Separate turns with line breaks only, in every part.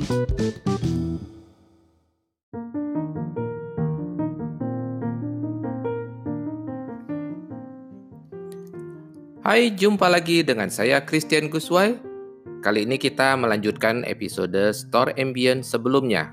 Hai, jumpa lagi dengan saya Christian Guswai. Kali ini kita melanjutkan episode Store Ambient sebelumnya.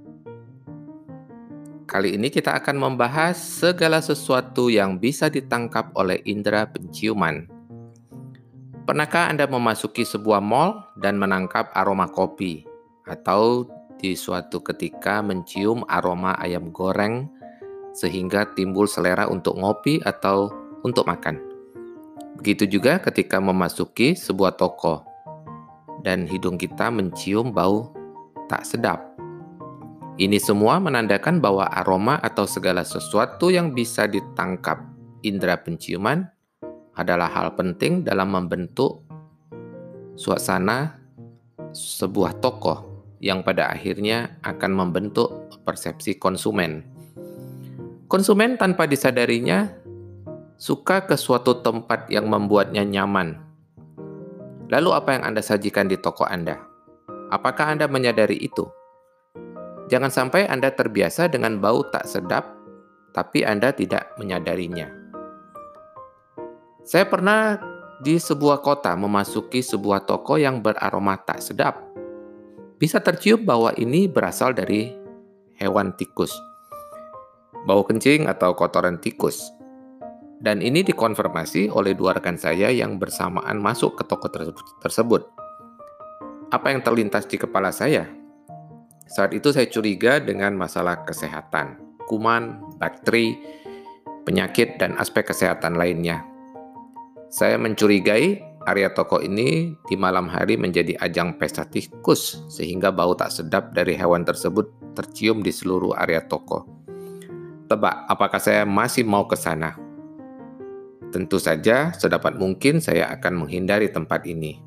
Kali ini kita akan membahas segala sesuatu yang bisa ditangkap oleh indera penciuman. Pernahkah Anda memasuki sebuah mall dan menangkap aroma kopi? Atau di suatu ketika mencium aroma ayam goreng sehingga timbul selera untuk ngopi atau untuk makan? Begitu juga ketika memasuki sebuah toko dan hidung kita mencium bau tak sedap. Ini semua menandakan bahwa aroma atau segala sesuatu yang bisa ditangkap indera penciuman adalah hal penting dalam membentuk suasana sebuah toko yang pada akhirnya akan membentuk persepsi konsumen. Konsumen tanpa disadarinya suka ke suatu tempat yang membuatnya nyaman. Lalu apa yang Anda sajikan di toko Anda? Apakah Anda menyadari itu? Jangan sampai Anda terbiasa dengan bau tak sedap, tapi Anda tidak menyadarinya. Saya pernah di sebuah kota memasuki sebuah toko yang beraroma tak sedap. Bisa tercium bahwa ini berasal dari hewan tikus. Bau kencing atau kotoran tikus. Dan ini dikonfirmasi oleh dua rekan saya yang bersamaan masuk ke toko tersebut. Apa yang terlintas di kepala saya? Saat itu saya curiga dengan masalah kesehatan, kuman, bakteri, penyakit, dan aspek kesehatan lainnya. Saya mencurigai area toko ini di malam hari menjadi ajang pesta tikus, sehingga bau tak sedap dari hewan tersebut tercium di seluruh area toko. Tebak, apakah saya masih mau ke sana? Tentu saja, sedapat mungkin saya akan menghindari tempat ini.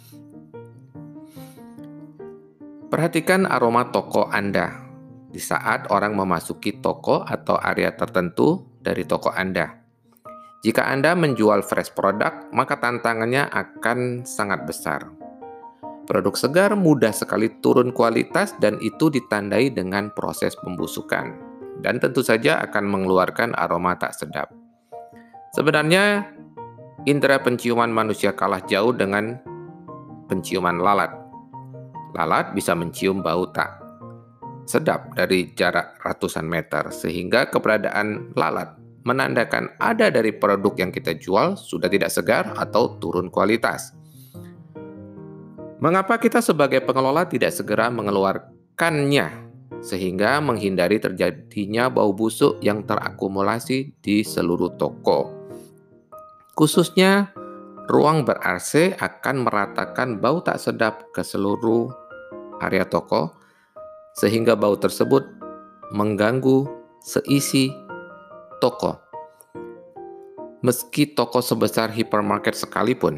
Perhatikan aroma toko Anda di saat orang memasuki toko atau area tertentu dari toko Anda. Jika Anda menjual fresh product, maka tantangannya akan sangat besar. Produk segar mudah sekali turun kualitas dan itu ditandai dengan proses pembusukan. Dan tentu saja akan mengeluarkan aroma tak sedap. Sebenarnya, indera penciuman manusia kalah jauh dengan penciuman lalat. Lalat bisa mencium bau tak sedap dari jarak ratusan meter, sehingga keberadaan lalat menandakan ada dari produk yang kita jual sudah tidak segar atau turun kualitas. Mengapa kita sebagai pengelola tidak segera mengeluarkannya sehingga menghindari terjadinya bau busuk yang terakumulasi di seluruh toko? Khususnya, ruang ber-AC akan meratakan bau tak sedap ke seluruh area toko, sehingga bau tersebut mengganggu seisi toko. Meski toko sebesar hipermarket sekalipun.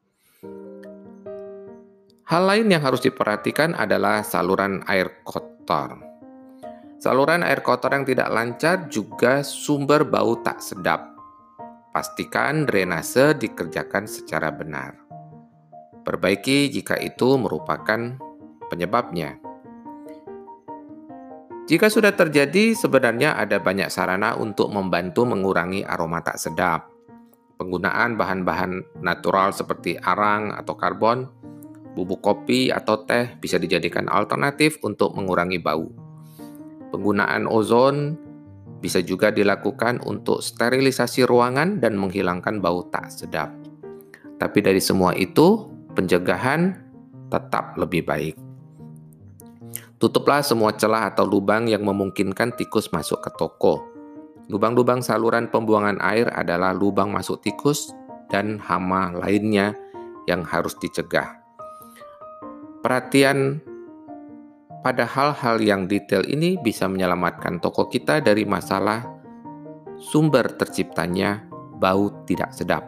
Hal lain yang harus diperhatikan adalah saluran air kotor. Saluran air kotor yang tidak lancar juga sumber bau tak sedap. Pastikan drainase dikerjakan secara benar. Perbaiki jika itu merupakan penyebabnya. Jika sudah terjadi, sebenarnya ada banyak sarana untuk membantu mengurangi aroma tak sedap. Penggunaan bahan-bahan natural seperti arang atau karbon, bubuk kopi atau teh bisa dijadikan alternatif untuk mengurangi bau. Penggunaan ozon bisa juga dilakukan untuk sterilisasi ruangan dan menghilangkan bau tak sedap. Tapi dari semua itu, pencegahan tetap lebih baik. Tutuplah semua celah atau lubang yang memungkinkan tikus masuk ke toko. Lubang-lubang saluran pembuangan air adalah lubang masuk tikus dan hama lainnya yang harus dicegah. Perhatian pada hal-hal yang detail ini bisa menyelamatkan toko kita dari masalah sumber terciptanya bau tidak sedap.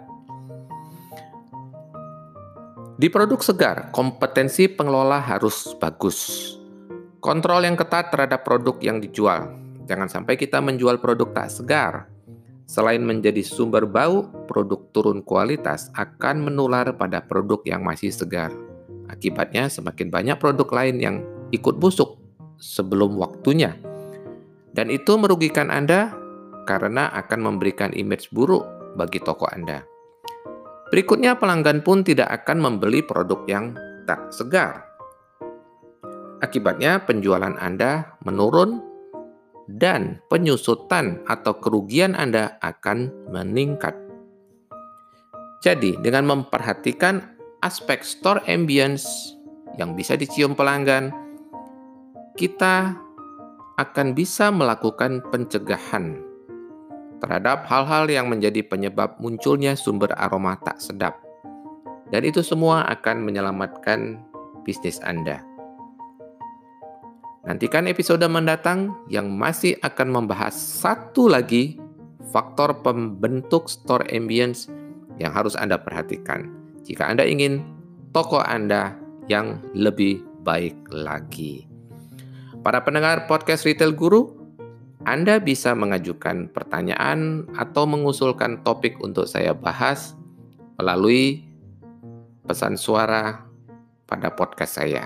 Di produk segar, kompetensi pengelola harus bagus. Kontrol yang ketat terhadap produk yang dijual. Jangan sampai kita menjual produk tak segar. Selain menjadi sumber bau, produk turun kualitas akan menular pada produk yang masih segar. Akibatnya semakin banyak produk lain yang ikut busuk sebelum waktunya. Dan itu merugikan Anda karena akan memberikan image buruk bagi toko Anda. Berikutnya, pelanggan pun tidak akan membeli produk yang tak segar. Akibatnya, penjualan Anda menurun dan penyusutan atau kerugian Anda akan meningkat. Jadi, dengan memperhatikan aspek store ambience yang bisa dicium pelanggan, kita akan bisa melakukan pencegahan terhadap hal-hal yang menjadi penyebab munculnya sumber aroma tak sedap. Dan itu semua akan menyelamatkan bisnis Anda. Nantikan episode mendatang yang masih akan membahas satu lagi faktor pembentuk store ambience yang harus Anda perhatikan jika Anda ingin toko Anda yang lebih baik lagi. Para pendengar podcast Retail Guru, Anda bisa mengajukan pertanyaan atau mengusulkan topik untuk saya bahas melalui pesan suara pada podcast saya.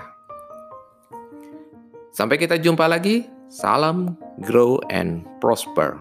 Sampai kita jumpa lagi. Salam, grow and prosper.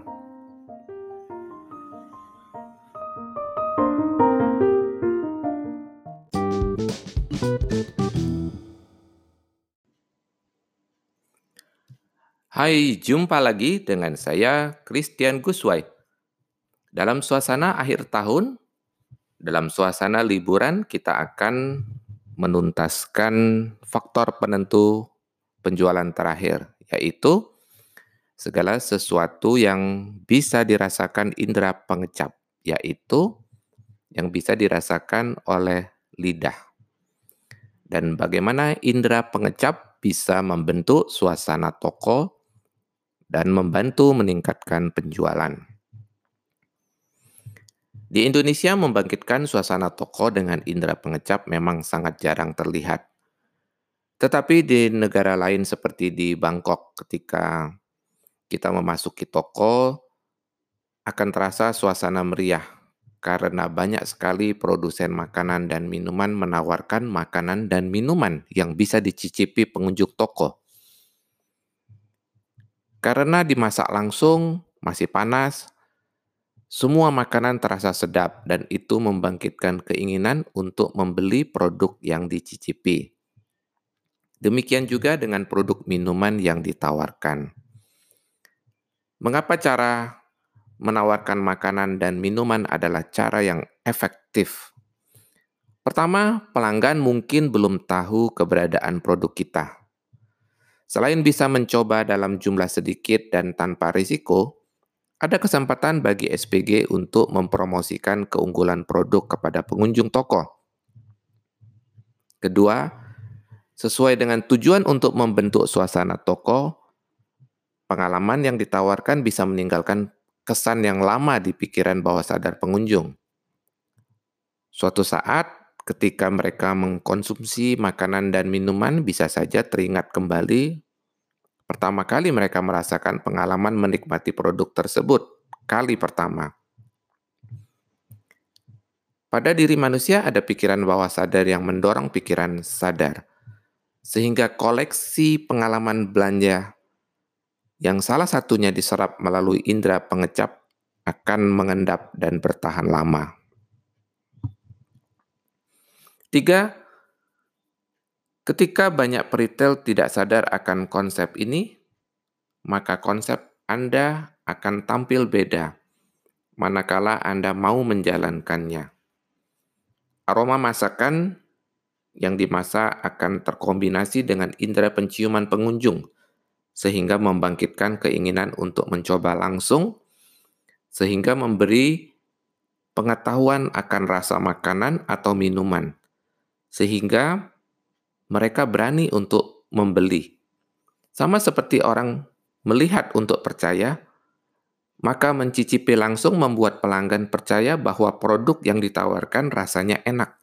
Hai, jumpa lagi dengan saya, Christian Guswai. Dalam suasana akhir tahun, dalam suasana liburan, kita akan menuntaskan faktor penentu penjualan terakhir, yaitu segala sesuatu yang bisa dirasakan indera pengecap, yaitu yang bisa dirasakan oleh lidah. Dan bagaimana indera pengecap bisa membentuk suasana toko dan membantu meningkatkan penjualan. Di Indonesia, membangkitkan suasana toko dengan indera pengecap memang sangat jarang terlihat. Tetapi di negara lain seperti di Bangkok, ketika kita memasuki toko, akan terasa suasana meriah karena banyak sekali produsen makanan dan minuman menawarkan makanan dan minuman yang bisa dicicipi pengunjung toko. Karena dimasak langsung, masih panas, semua makanan terasa sedap dan itu membangkitkan keinginan untuk membeli produk yang dicicipi. Demikian juga dengan produk minuman yang ditawarkan. Mengapa cara menawarkan makanan dan minuman adalah cara yang efektif? Pertama, pelanggan mungkin belum tahu keberadaan produk kita. Selain bisa mencoba dalam jumlah sedikit dan tanpa risiko, ada kesempatan bagi SPG untuk mempromosikan keunggulan produk kepada pengunjung toko. Kedua, sesuai dengan tujuan untuk membentuk suasana toko, pengalaman yang ditawarkan bisa meninggalkan kesan yang lama di pikiran bawah sadar pengunjung. Suatu saat, ketika mereka mengkonsumsi makanan dan minuman, bisa saja teringat kembali pertama kali mereka merasakan pengalaman menikmati produk tersebut, kali pertama. Pada diri manusia ada pikiran bawah sadar yang mendorong pikiran sadar, sehingga koleksi pengalaman belanja yang salah satunya diserap melalui indera pengecap akan mengendap dan bertahan lama. 3. Ketika banyak peritel tidak sadar akan konsep ini, maka konsep Anda akan tampil beda manakala Anda mau menjalankannya. Aroma masakan yang dimasak akan terkombinasi dengan indera penciuman pengunjung, sehingga membangkitkan keinginan untuk mencoba langsung, sehingga memberi pengetahuan akan rasa makanan atau minuman, sehingga mereka berani untuk membeli. Sama seperti orang melihat untuk percaya, maka mencicipi langsung membuat pelanggan percaya bahwa produk yang ditawarkan rasanya enak.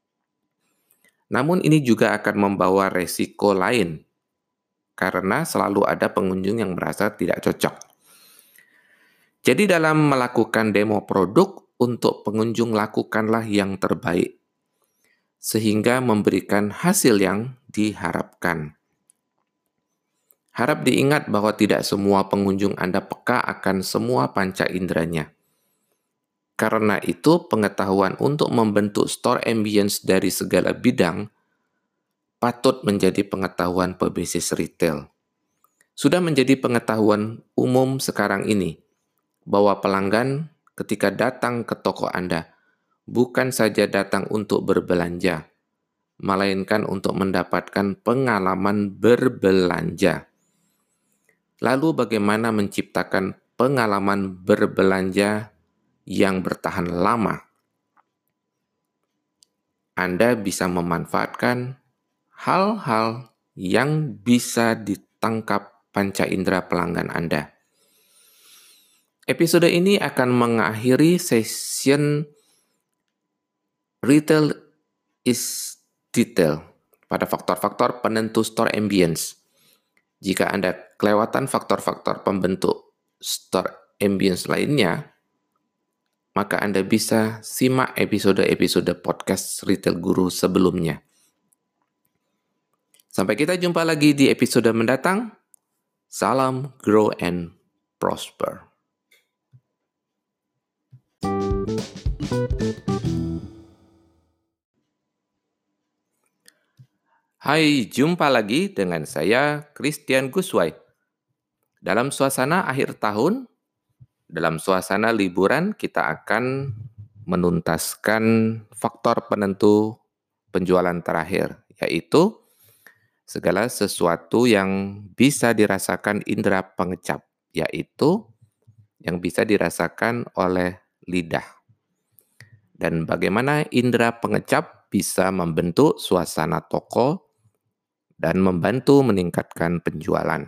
Namun ini juga akan membawa resiko lain, karena selalu ada pengunjung yang merasa tidak cocok. Jadi dalam melakukan demo produk, untuk pengunjung lakukanlah yang terbaik, sehingga memberikan hasil yang diharapkan. Harap diingat bahwa tidak semua pengunjung Anda peka akan semua panca inderanya. Karena itu, pengetahuan untuk membentuk store ambience dari segala bidang patut menjadi pengetahuan pebisnis retail. Sudah menjadi pengetahuan umum sekarang ini bahwa pelanggan ketika datang ke toko Anda bukan saja datang untuk berbelanja, melainkan untuk mendapatkan pengalaman berbelanja. Lalu bagaimana menciptakan pengalaman berbelanja yang bertahan lama? Anda bisa memanfaatkan hal-hal yang bisa ditangkap panca indera pelanggan Anda. Episode ini akan mengakhiri session Retail is Detail pada faktor-faktor penentu store ambience. Jika Anda kelewatan faktor-faktor pembentuk store ambience lainnya, maka Anda bisa simak episode-episode podcast Retail Guru sebelumnya. Sampai kita jumpa lagi di episode mendatang. Salam, grow, and prosper. Hai, jumpa lagi dengan saya, Christian Guswai. Dalam suasana akhir tahun, dalam suasana liburan, kita akan menuntaskan faktor penentu penjualan terakhir, yaitu segala sesuatu yang bisa dirasakan indera pengecap, yaitu yang bisa dirasakan oleh lidah. Dan bagaimana indera pengecap bisa membentuk suasana toko dan membantu meningkatkan penjualan.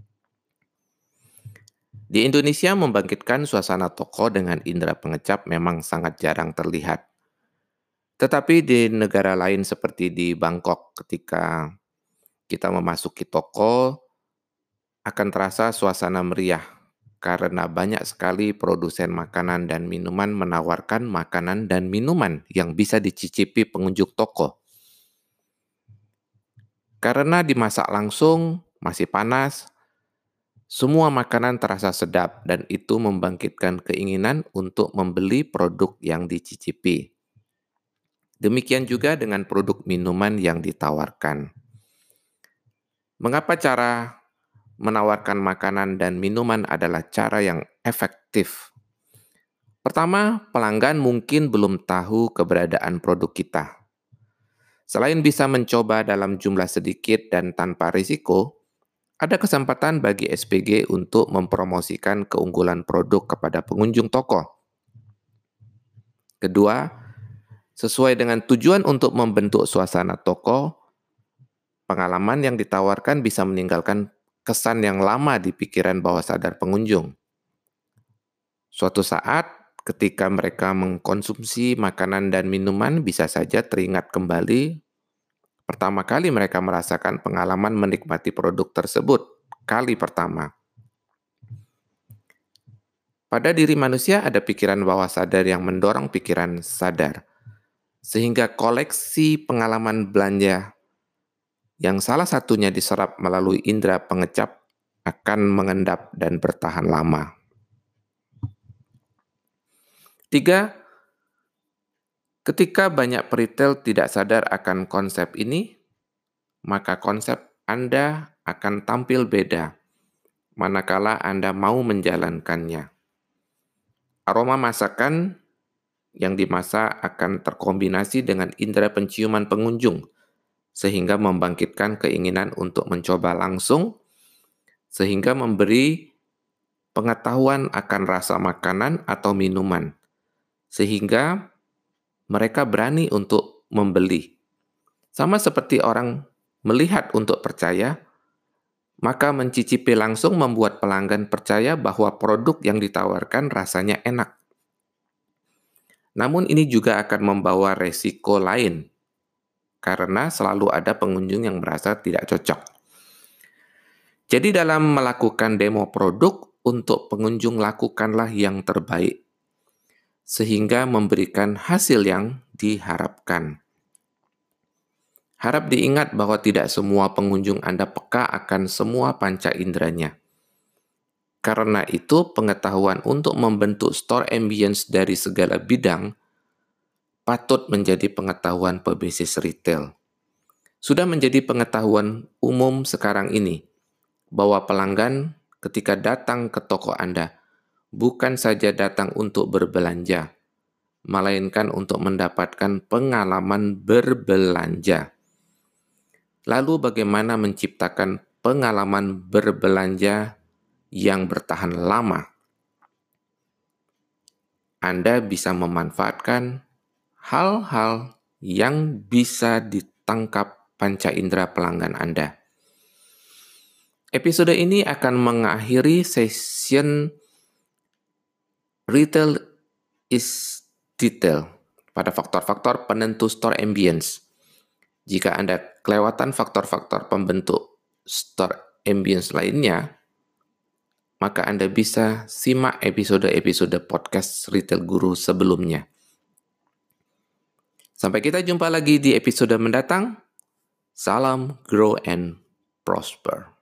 Di Indonesia, membangkitkan suasana toko dengan indera pengecap memang sangat jarang terlihat. Tetapi di negara lain seperti di Bangkok, ketika kita memasuki toko, akan terasa suasana meriah karena banyak sekali produsen makanan dan minuman menawarkan makanan dan minuman yang bisa dicicipi pengunjung toko. Karena dimasak langsung, masih panas, semua makanan terasa sedap dan itu membangkitkan keinginan untuk membeli produk yang dicicipi. Demikian juga dengan produk minuman yang ditawarkan. Mengapa cara menawarkan makanan dan minuman adalah cara yang efektif? Pertama, pelanggan mungkin belum tahu keberadaan produk kita. Selain bisa mencoba dalam jumlah sedikit dan tanpa risiko, ada kesempatan bagi SPG untuk mempromosikan keunggulan produk kepada pengunjung toko. Kedua, sesuai dengan tujuan untuk membentuk suasana toko, pengalaman yang ditawarkan bisa meninggalkan kesan yang lama di pikiran bawah sadar pengunjung. Suatu saat, ketika mereka mengkonsumsi makanan dan minuman, bisa saja teringat kembali pertama kali mereka merasakan pengalaman menikmati produk tersebut, kali pertama. Pada diri manusia ada pikiran bawah sadar yang mendorong pikiran sadar, sehingga koleksi pengalaman belanja yang salah satunya diserap melalui indera pengecap akan mengendap dan bertahan lama. 3. Ketika banyak peritel tidak sadar akan konsep ini, maka konsep Anda akan tampil beda manakala Anda mau menjalankannya. Aroma masakan yang dimasak akan terkombinasi dengan indera penciuman pengunjung, sehingga membangkitkan keinginan untuk mencoba langsung, sehingga memberi pengetahuan akan rasa makanan atau minuman, sehingga mereka berani untuk membeli. Sama seperti orang melihat untuk percaya, maka mencicipi langsung membuat pelanggan percaya bahwa produk yang ditawarkan rasanya enak. Namun ini juga akan membawa resiko lain, karena selalu ada pengunjung yang merasa tidak cocok. Jadi dalam melakukan demo produk, untuk pengunjung lakukanlah yang terbaik, sehingga memberikan hasil yang diharapkan. Harap diingat bahwa tidak semua pengunjung Anda peka akan semua panca inderanya. Karena itu, pengetahuan untuk membentuk store ambience dari segala bidang patut menjadi pengetahuan pebisnis retail. Sudah menjadi pengetahuan umum sekarang ini bahwa pelanggan ketika datang ke toko Anda bukan saja datang untuk berbelanja, melainkan untuk mendapatkan pengalaman berbelanja. Lalu bagaimana menciptakan pengalaman berbelanja yang bertahan lama? Anda bisa memanfaatkan hal-hal yang bisa ditangkap panca indera pelanggan Anda. Episode ini akan mengakhiri session Retail is Detail pada faktor-faktor penentu store ambience. Jika Anda kelewatan faktor-faktor pembentuk store ambience lainnya, maka Anda bisa simak episode-episode podcast Retail Guru sebelumnya. Sampai kita jumpa lagi di episode mendatang. Salam, grow and prosper.